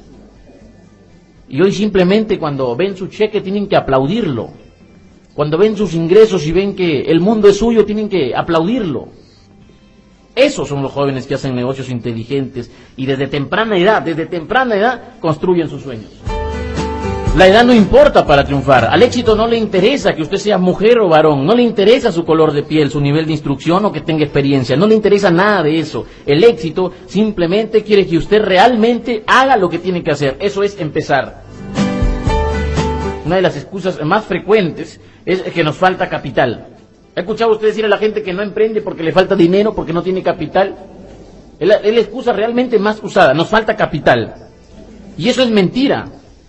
Y hoy simplemente cuando ven su cheque tienen que aplaudirlo. Cuando ven sus ingresos y ven que el mundo es suyo, tienen que aplaudirlo. Esos son los jóvenes que hacen negocios inteligentes y desde temprana edad, desde temprana edad, construyen sus sueños. La edad no importa para triunfar. Al éxito no le interesa que usted sea mujer o varón, no le interesa su color de piel, su nivel de instrucción o que tenga experiencia, no le interesa nada de eso. El éxito simplemente quiere que usted realmente haga lo que tiene que hacer. Eso es empezar. Una de las excusas más frecuentes es que nos falta capital. ¿Ha escuchado usted decir a la gente que no emprende porque le falta dinero, porque no tiene capital? Es la, es la excusa realmente más usada, nos falta capital. Y eso es mentira.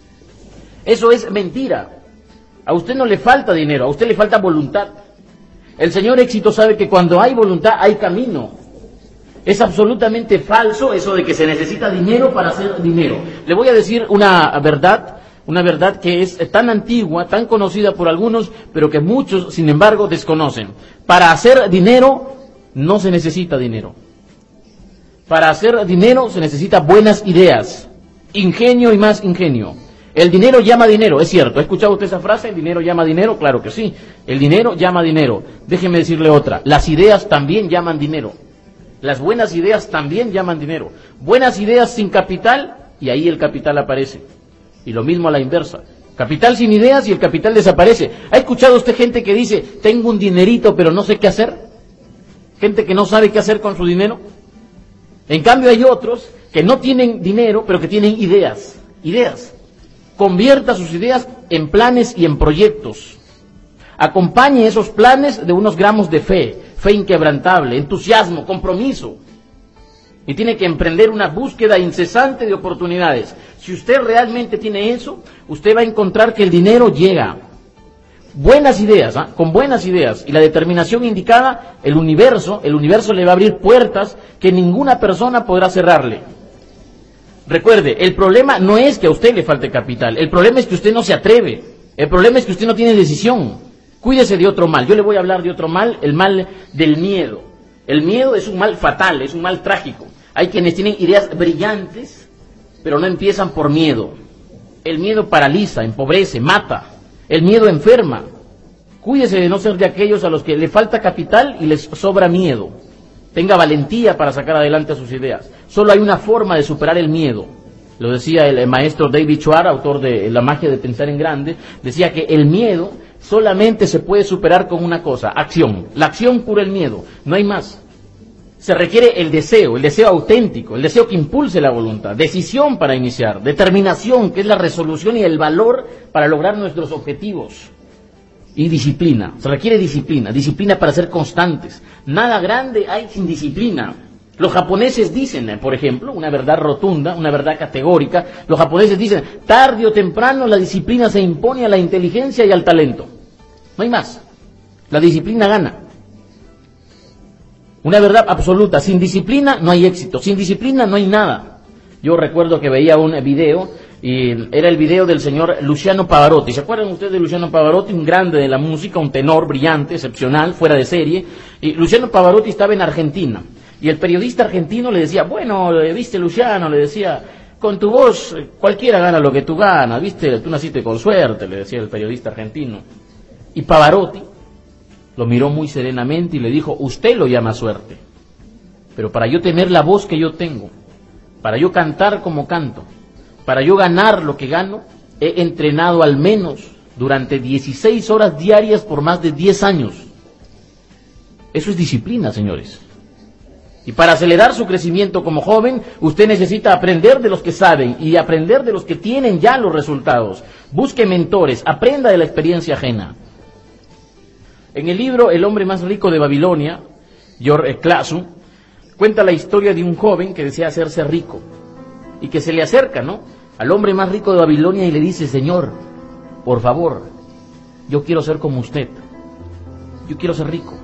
Eso es mentira. A usted no le falta dinero, a usted le falta voluntad. El señor éxito sabe que cuando hay voluntad hay camino. Es absolutamente falso eso de que se necesita dinero para hacer dinero. Le voy a decir una verdad, una verdad que es tan antigua, tan conocida por algunos, pero que muchos, sin embargo, desconocen. Para hacer dinero no se necesita dinero. Para hacer dinero se necesita buenas ideas, ingenio y más ingenio. El dinero llama dinero, es cierto. ¿Ha escuchado usted esa frase? ¿El dinero llama dinero? Claro que sí. El dinero llama dinero. Déjeme decirle otra. Las ideas también llaman dinero. Las buenas ideas también llaman dinero. Buenas ideas sin capital, y ahí el capital aparece. Y lo mismo a la inversa. Capital sin ideas y el capital desaparece. ¿Ha escuchado usted gente que dice, tengo un dinerito pero no sé qué hacer? Gente que no sabe qué hacer con su dinero. En cambio hay otros que no tienen dinero pero que tienen ideas. Ideas. Convierta sus ideas en planes y en proyectos. Acompañe esos planes de unos gramos de fe, fe inquebrantable, entusiasmo, compromiso. Y tiene que emprender una búsqueda incesante de oportunidades. Si usted realmente tiene eso, usted va a encontrar que el dinero llega. Buenas ideas, ¿eh? Con buenas ideas y la determinación indicada, el universo, el universo le va a abrir puertas que ninguna persona podrá cerrarle. Recuerde, el problema no es que a usted le falte capital, el problema es que usted no se atreve, el problema es que usted no tiene decisión. Cuídese de otro mal. Yo le voy a hablar de otro mal, el mal del miedo. El miedo es un mal fatal, es un mal trágico. Hay quienes tienen ideas brillantes, pero no empiezan por miedo. El miedo paraliza, empobrece, mata. El miedo enferma. Cuídese de no ser de aquellos a los que le falta capital y les sobra miedo. Tenga valentía para sacar adelante sus ideas. Solo hay una forma de superar el miedo. Lo decía el, el maestro David Schwartz, autor de La magia de pensar en grande. Decía que el miedo solamente se puede superar con una cosa, acción. La acción cura el miedo, no hay más. Se requiere el deseo, el deseo auténtico, el deseo que impulse la voluntad, decisión para iniciar, determinación, que es la resolución y el valor para lograr nuestros objetivos, y disciplina. Se requiere disciplina, disciplina para ser constantes. Nada grande hay sin disciplina. Los japoneses dicen, por ejemplo, una verdad rotunda, una verdad categórica, los japoneses dicen, tarde o temprano la disciplina se impone a la inteligencia y al talento. No hay más. La disciplina gana. Una verdad absoluta. Sin disciplina no hay éxito. Sin disciplina no hay nada. Yo recuerdo que veía un video y era el video del señor Luciano Pavarotti. ¿Se acuerdan ustedes de Luciano Pavarotti? Un grande de la música, un tenor brillante, excepcional, fuera de serie. Y Luciano Pavarotti estaba en Argentina. Y el periodista argentino le decía, bueno, viste Luciano, le decía, con tu voz cualquiera gana lo que tú ganas, viste, tú naciste con suerte, le decía el periodista argentino. Y Pavarotti lo miró muy serenamente y le dijo, usted lo llama suerte, pero para yo tener la voz que yo tengo, para yo cantar como canto, para yo ganar lo que gano, he entrenado al menos durante dieciséis horas diarias por más de diez años. Eso es disciplina, señores. Y para acelerar su crecimiento como joven, usted necesita aprender de los que saben y aprender de los que tienen ya los resultados. Busque mentores, aprenda de la experiencia ajena. En el libro El hombre más rico de Babilonia, George Clason cuenta la historia de un joven que desea hacerse rico y que se le acerca, ¿no?, al hombre más rico de Babilonia y le dice, Señor, por favor, yo quiero ser como usted, yo quiero ser rico.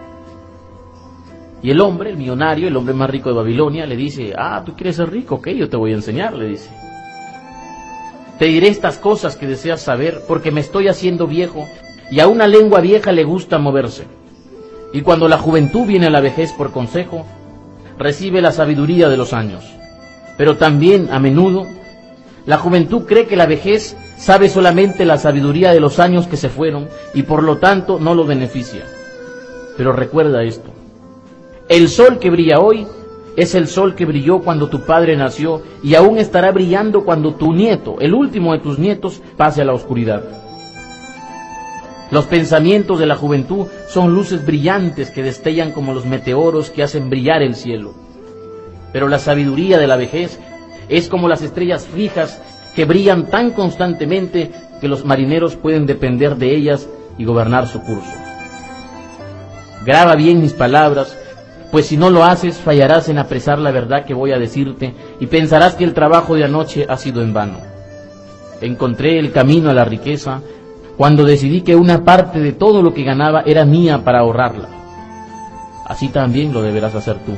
Y el hombre, el millonario, el hombre más rico de Babilonia, le dice, ah, ¿tú quieres ser rico? Ok, yo te voy a enseñar, le dice. Te diré estas cosas que deseas saber, porque me estoy haciendo viejo, y a una lengua vieja le gusta moverse. Y cuando la juventud viene a la vejez por consejo, recibe la sabiduría de los años. Pero también, a menudo, la juventud cree que la vejez sabe solamente la sabiduría de los años que se fueron, y por lo tanto no lo beneficia. Pero recuerda esto. El sol que brilla hoy es el sol que brilló cuando tu padre nació y aún estará brillando cuando tu nieto, el último de tus nietos, pase a la oscuridad. Los pensamientos de la juventud son luces brillantes que destellan como los meteoros que hacen brillar el cielo. Pero la sabiduría de la vejez es como las estrellas fijas que brillan tan constantemente que los marineros pueden depender de ellas y gobernar su curso. Graba bien mis palabras, pues si no lo haces, fallarás en apresar la verdad que voy a decirte y pensarás que el trabajo de anoche ha sido en vano. Encontré el camino a la riqueza cuando decidí que una parte de todo lo que ganaba era mía para ahorrarla. Así también lo deberás hacer tú.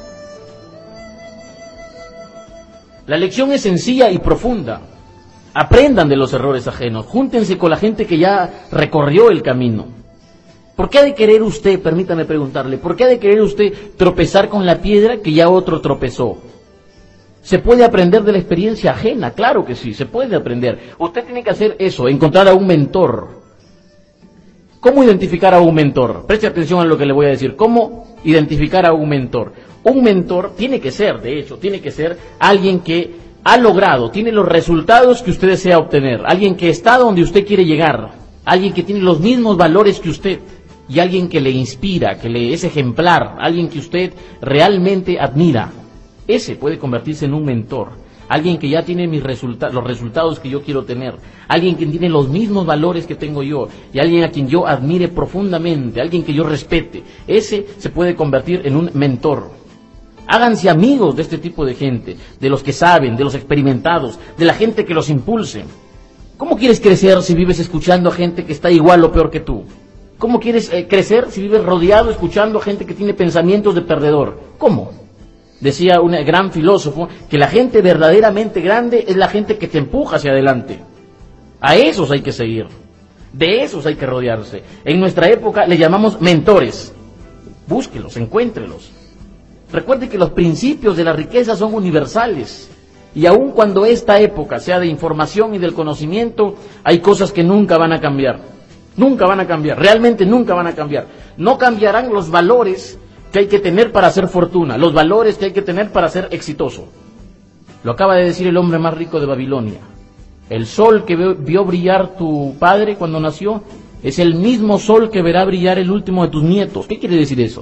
La lección es sencilla y profunda. Aprendan de los errores ajenos, júntense con la gente que ya recorrió el camino. ¿Por qué ha de querer usted, permítame preguntarle, por qué ha de querer usted tropezar con la piedra que ya otro tropezó? ¿Se puede aprender de la experiencia ajena? Claro que sí, se puede aprender. Usted tiene que hacer eso, encontrar a un mentor. ¿Cómo identificar a un mentor? Preste atención a lo que le voy a decir. ¿Cómo identificar a un mentor? Un mentor tiene que ser, de hecho, tiene que ser alguien que ha logrado, tiene los resultados que usted desea obtener, alguien que está donde usted quiere llegar, alguien que tiene los mismos valores que usted. Y alguien que le inspira, que le es ejemplar, alguien que usted realmente admira. Ese puede convertirse en un mentor. Alguien que ya tiene mis resulta- los resultados que yo quiero tener. Alguien que tiene los mismos valores que tengo yo. Y alguien a quien yo admire profundamente. Alguien que yo respete. Ese se puede convertir en un mentor. Háganse amigos de este tipo de gente. De los que saben, de los experimentados, de la gente que los impulse. ¿Cómo quieres crecer si vives escuchando a gente que está igual o peor que tú? ¿Cómo quieres eh, crecer si vives rodeado escuchando a gente que tiene pensamientos de perdedor? ¿Cómo? Decía un gran filósofo que la gente verdaderamente grande es la gente que te empuja hacia adelante. A esos hay que seguir. De esos hay que rodearse. En nuestra época le llamamos mentores. Búsquelos, encuéntrelos. Recuerde que los principios de la riqueza son universales. Y aun cuando esta época sea de información y del conocimiento, hay cosas que nunca van a cambiar. Nunca van a cambiar, realmente nunca van a cambiar. No cambiarán los valores que hay que tener para hacer fortuna, los valores que hay que tener para ser exitoso. Lo acaba de decir el hombre más rico de Babilonia. El sol que vio brillar tu padre cuando nació es el mismo sol que verá brillar el último de tus nietos. ¿Qué quiere decir eso?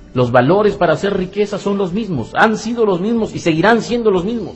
Los valores para hacer riqueza son los mismos, han sido los mismos y seguirán siendo los mismos.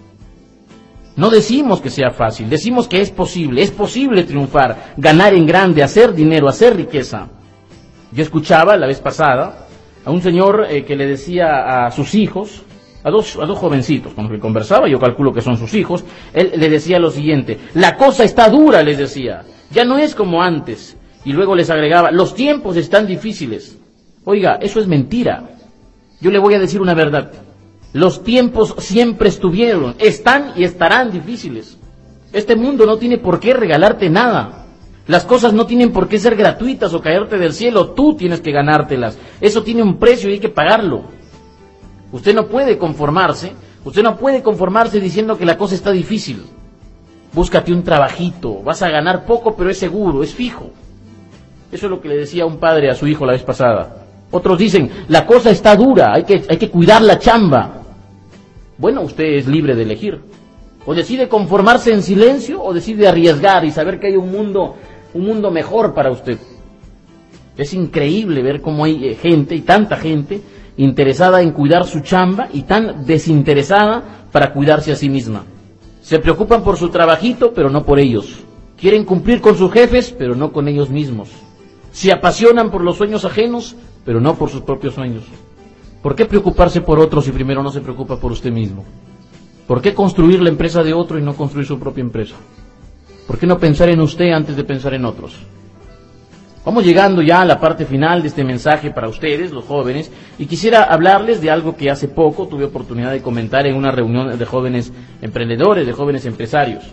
No decimos que sea fácil, decimos que es posible, es posible triunfar, ganar en grande, hacer dinero, hacer riqueza. Yo escuchaba la vez pasada a un señor eh, que le decía a sus hijos, a dos, a dos jovencitos con los que conversaba, yo calculo que son sus hijos, él le decía lo siguiente: la cosa está dura, les decía, ya no es como antes. Y luego les agregaba, los tiempos están difíciles. Oiga, eso es mentira. Yo le voy a decir una verdad. Los tiempos siempre estuvieron, están y estarán difíciles. Este mundo no tiene por qué regalarte nada. Las cosas no tienen por qué ser gratuitas o caerte del cielo. Tú tienes que ganártelas. Eso tiene un precio y hay que pagarlo. Usted no puede conformarse, usted no puede conformarse diciendo que la cosa está difícil. Búscate un trabajito, vas a ganar poco, pero es seguro, es fijo. Eso es lo que le decía un padre a su hijo la vez pasada. Otros dicen, la cosa está dura, hay que, hay que cuidar la chamba. Bueno, usted es libre de elegir. O decide conformarse en silencio, o decide arriesgar y saber que hay un mundo, un mundo mejor para usted. Es increíble ver cómo hay gente, y tanta gente, interesada en cuidar su chamba y tan desinteresada para cuidarse a sí misma. Se preocupan por su trabajito, pero no por ellos. Quieren cumplir con sus jefes, pero no con ellos mismos. Se apasionan por los sueños ajenos, pero no por sus propios sueños. ¿Por qué preocuparse por otros si primero no se preocupa por usted mismo? ¿Por qué construir la empresa de otro y no construir su propia empresa? ¿Por qué no pensar en usted antes de pensar en otros? Vamos llegando ya a la parte final de este mensaje para ustedes, los jóvenes, y quisiera hablarles de algo que hace poco tuve oportunidad de comentar en una reunión de jóvenes emprendedores, de jóvenes empresarios.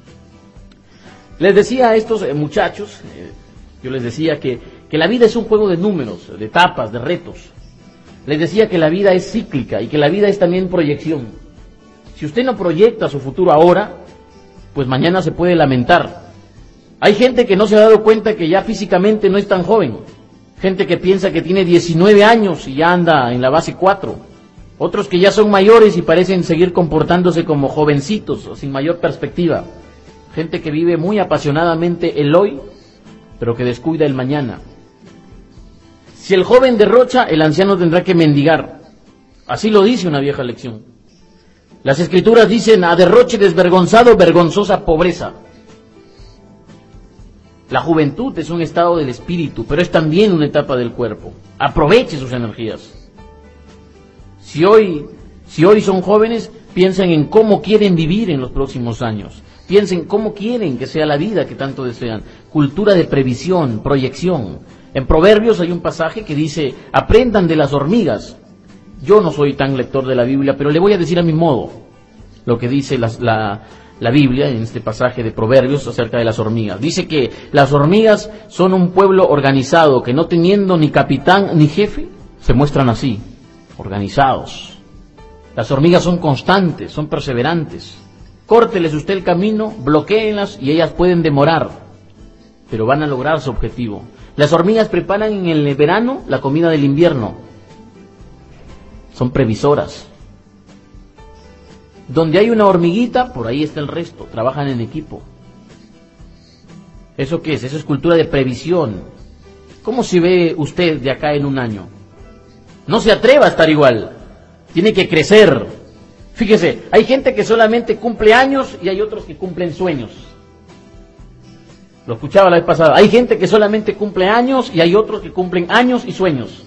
Les decía a estos muchachos, eh, yo les decía que, que la vida es un juego de números, de etapas, de retos. Les decía que la vida es cíclica y que la vida es también proyección. Si usted no proyecta su futuro ahora, pues mañana se puede lamentar. Hay gente que no se ha dado cuenta que ya físicamente no es tan joven. Gente que piensa que tiene diecinueve años y ya anda en la base cuatro. Otros que ya son mayores y parecen seguir comportándose como jovencitos, sin mayor perspectiva. Gente que vive muy apasionadamente el hoy, pero que descuida el mañana. Si el joven derrocha, el anciano tendrá que mendigar. Así lo dice una vieja lección. Las escrituras dicen, a derroche desvergonzado, vergonzosa pobreza. La juventud es un estado del espíritu, pero es también una etapa del cuerpo. Aproveche sus energías. Si hoy, si hoy son jóvenes, piensen en cómo quieren vivir en los próximos años. Piensen cómo quieren que sea la vida que tanto desean. Cultura de previsión, proyección. En Proverbios hay un pasaje que dice, aprendan de las hormigas. Yo no soy tan lector de la Biblia, pero le voy a decir a mi modo lo que dice la, la, la Biblia en este pasaje de Proverbios acerca de las hormigas. Dice que las hormigas son un pueblo organizado, que no teniendo ni capitán ni jefe, se muestran así, organizados. Las hormigas son constantes, son perseverantes. Córteles usted el camino, bloquéenlas y ellas pueden demorar, pero van a lograr su objetivo. Las hormigas preparan en el verano la comida del invierno. Son previsoras. Donde hay una hormiguita, por ahí está el resto. Trabajan en equipo. ¿Eso qué es? Eso es cultura de previsión. ¿Cómo se ve usted de acá en un año? No se atreva a estar igual. Tiene que crecer. Fíjese, hay gente que solamente cumple años y hay otros que cumplen sueños. Lo escuchaba la vez pasada. Hay gente que solamente cumple años y hay otros que cumplen años y sueños.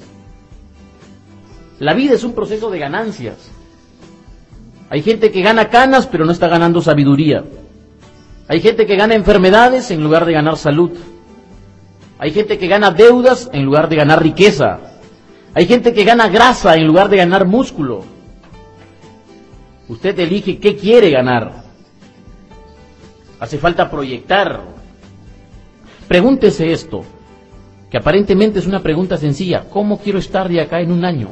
La vida es un proceso de ganancias. Hay gente que gana canas pero no está ganando sabiduría. Hay gente que gana enfermedades en lugar de ganar salud. Hay gente que gana deudas en lugar de ganar riqueza. Hay gente que gana grasa en lugar de ganar músculo. Usted elige qué quiere ganar. Hace falta proyectar. Pregúntese esto, que aparentemente es una pregunta sencilla. ¿Cómo quiero estar de acá en un año?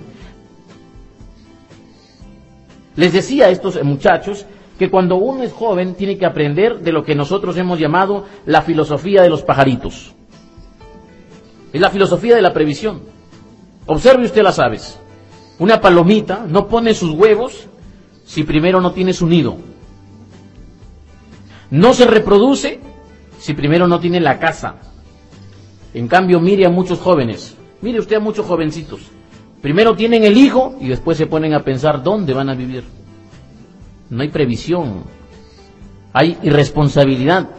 Les decía a estos muchachos que cuando uno es joven tiene que aprender de lo que nosotros hemos llamado la filosofía de los pajaritos. Es la filosofía de la previsión. Observe usted las aves. Una palomita no pone sus huevos si primero no tiene su nido. No se reproduce si primero no tiene la casa. En cambio, mire a muchos jóvenes. Mire usted a muchos jovencitos. Primero tienen el hijo y después se ponen a pensar dónde van a vivir. No hay previsión, hay irresponsabilidad.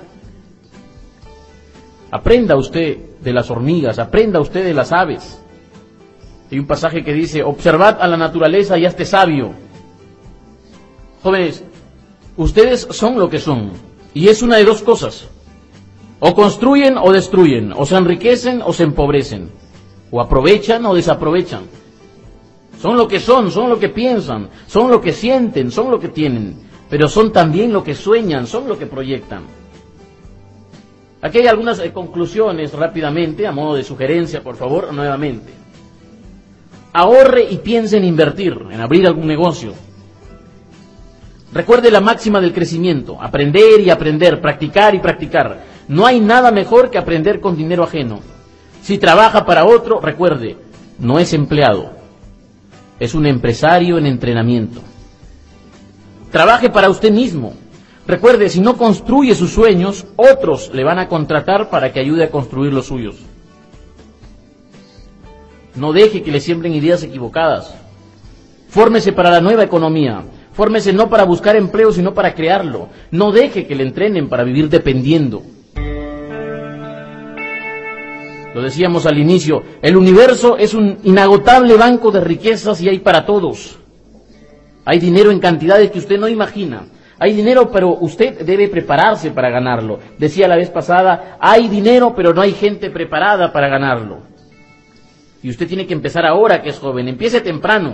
Aprenda usted de las hormigas, aprenda usted de las aves. Hay un pasaje que dice, observad a la naturaleza y hazte sabio. Jóvenes, ustedes son lo que son, y es una de dos cosas. O construyen o destruyen, o se enriquecen o se empobrecen, o aprovechan o desaprovechan. Son lo que son, son lo que piensan, son lo que sienten, son lo que tienen, pero son también lo que sueñan, son lo que proyectan. Aquí hay algunas eh, conclusiones rápidamente, a modo de sugerencia, por favor, nuevamente. Ahorre y piense en invertir, en abrir algún negocio. Recuerde la máxima del crecimiento, aprender y aprender, practicar y practicar. No hay nada mejor que aprender con dinero ajeno. Si trabaja para otro, recuerde, no es empleado. Es un empresario en entrenamiento. Trabaje para usted mismo. Recuerde, si no construye sus sueños, otros le van a contratar para que ayude a construir los suyos. No deje que le siembren ideas equivocadas. Fórmese para la nueva economía. Fórmese no para buscar empleo, sino para crearlo. No deje que le entrenen para vivir dependiendo. Lo decíamos al inicio, el universo es un inagotable banco de riquezas y hay para todos. Hay dinero en cantidades que usted no imagina. Hay dinero, pero usted debe prepararse para ganarlo. Decía la vez pasada, hay dinero, pero no hay gente preparada para ganarlo. Y usted tiene que empezar ahora que es joven, empiece temprano.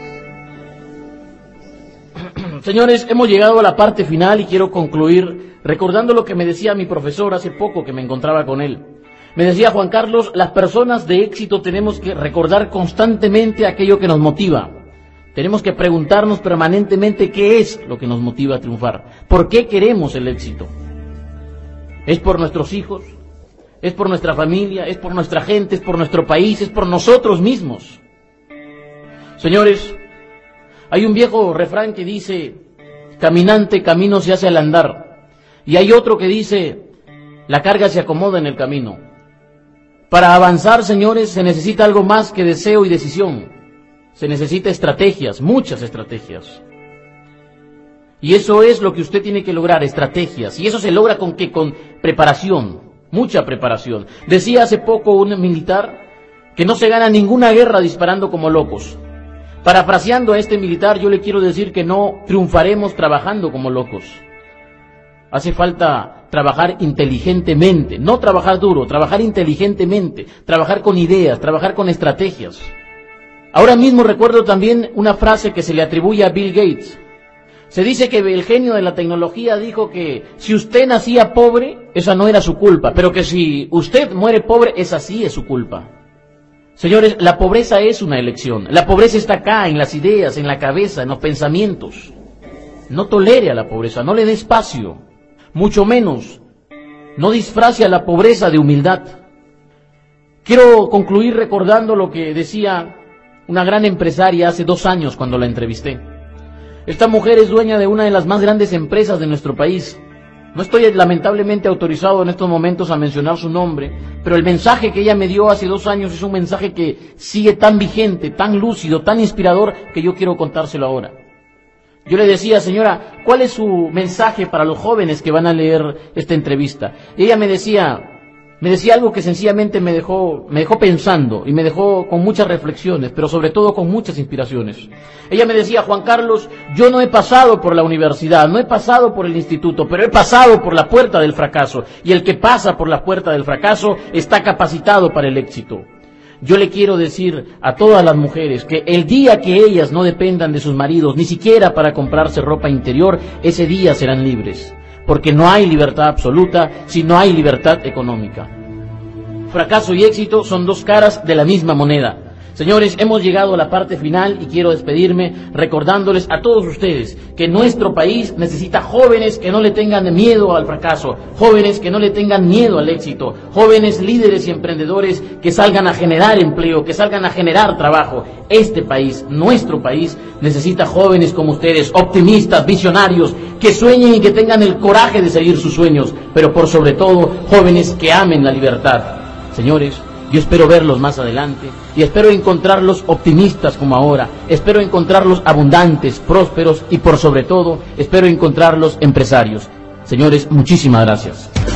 Señores, hemos llegado a la parte final y quiero concluir recordando lo que me decía mi profesor hace poco que me encontraba con él. Me decía, Juan Carlos, las personas de éxito tenemos que recordar constantemente aquello que nos motiva. Tenemos que preguntarnos permanentemente qué es lo que nos motiva a triunfar. ¿Por qué queremos el éxito? ¿Es por nuestros hijos? ¿Es por nuestra familia? ¿Es por nuestra gente? ¿Es por nuestro país? ¿Es por nosotros mismos? Señores, hay un viejo refrán que dice, caminante camino se hace al andar. Y hay otro que dice, la carga se acomoda en el camino. Para avanzar, señores, se necesita algo más que deseo y decisión. Se necesita estrategias, muchas estrategias. Y eso es lo que usted tiene que lograr, estrategias. Y eso se logra con qué? Con preparación, mucha preparación. Decía hace poco un militar que no se gana ninguna guerra disparando como locos. Parafraseando a este militar, yo le quiero decir que no triunfaremos trabajando como locos. Hace falta trabajar inteligentemente, no trabajar duro, trabajar inteligentemente, trabajar con ideas, trabajar con estrategias. Ahora mismo recuerdo también una frase que se le atribuye a Bill Gates. Se dice que el genio de la tecnología dijo que si usted nacía pobre, esa no era su culpa, pero que si usted muere pobre, esa sí es su culpa. Señores, la pobreza es una elección. La pobreza está acá, en las ideas, en la cabeza, en los pensamientos. No tolere a la pobreza, no le dé espacio. Mucho menos, no disfrace a la pobreza de humildad. Quiero concluir recordando lo que decía una gran empresaria hace dos años cuando la entrevisté. Esta mujer es dueña de una de las más grandes empresas de nuestro país. No estoy lamentablemente autorizado en estos momentos a mencionar su nombre, pero el mensaje que ella me dio hace dos años es un mensaje que sigue tan vigente, tan lúcido, tan inspirador, que yo quiero contárselo ahora. Yo le decía, señora, ¿cuál es su mensaje para los jóvenes que van a leer esta entrevista? Y ella me decía, me decía algo que sencillamente me dejó, me dejó pensando y me dejó con muchas reflexiones, pero sobre todo con muchas inspiraciones. Ella me decía, Juan Carlos, yo no he pasado por la universidad, no he pasado por el instituto, pero he pasado por la puerta del fracaso. Y el que pasa por la puerta del fracaso está capacitado para el éxito. Yo le quiero decir a todas las mujeres que el día que ellas no dependan de sus maridos, ni siquiera para comprarse ropa interior, ese día serán libres. Porque no hay libertad absoluta si no hay libertad económica. Fracaso y éxito son dos caras de la misma moneda. Señores, hemos llegado a la parte final y quiero despedirme recordándoles a todos ustedes que nuestro país necesita jóvenes que no le tengan miedo al fracaso, jóvenes que no le tengan miedo al éxito, jóvenes líderes y emprendedores que salgan a generar empleo, que salgan a generar trabajo. Este país, nuestro país, necesita jóvenes como ustedes, optimistas, visionarios, que sueñen y que tengan el coraje de seguir sus sueños, pero por sobre todo, jóvenes que amen la libertad. Señores, Yo espero verlos más adelante y espero encontrarlos optimistas como ahora, espero encontrarlos abundantes, prósperos y por sobre todo espero encontrarlos empresarios. Señores, muchísimas gracias.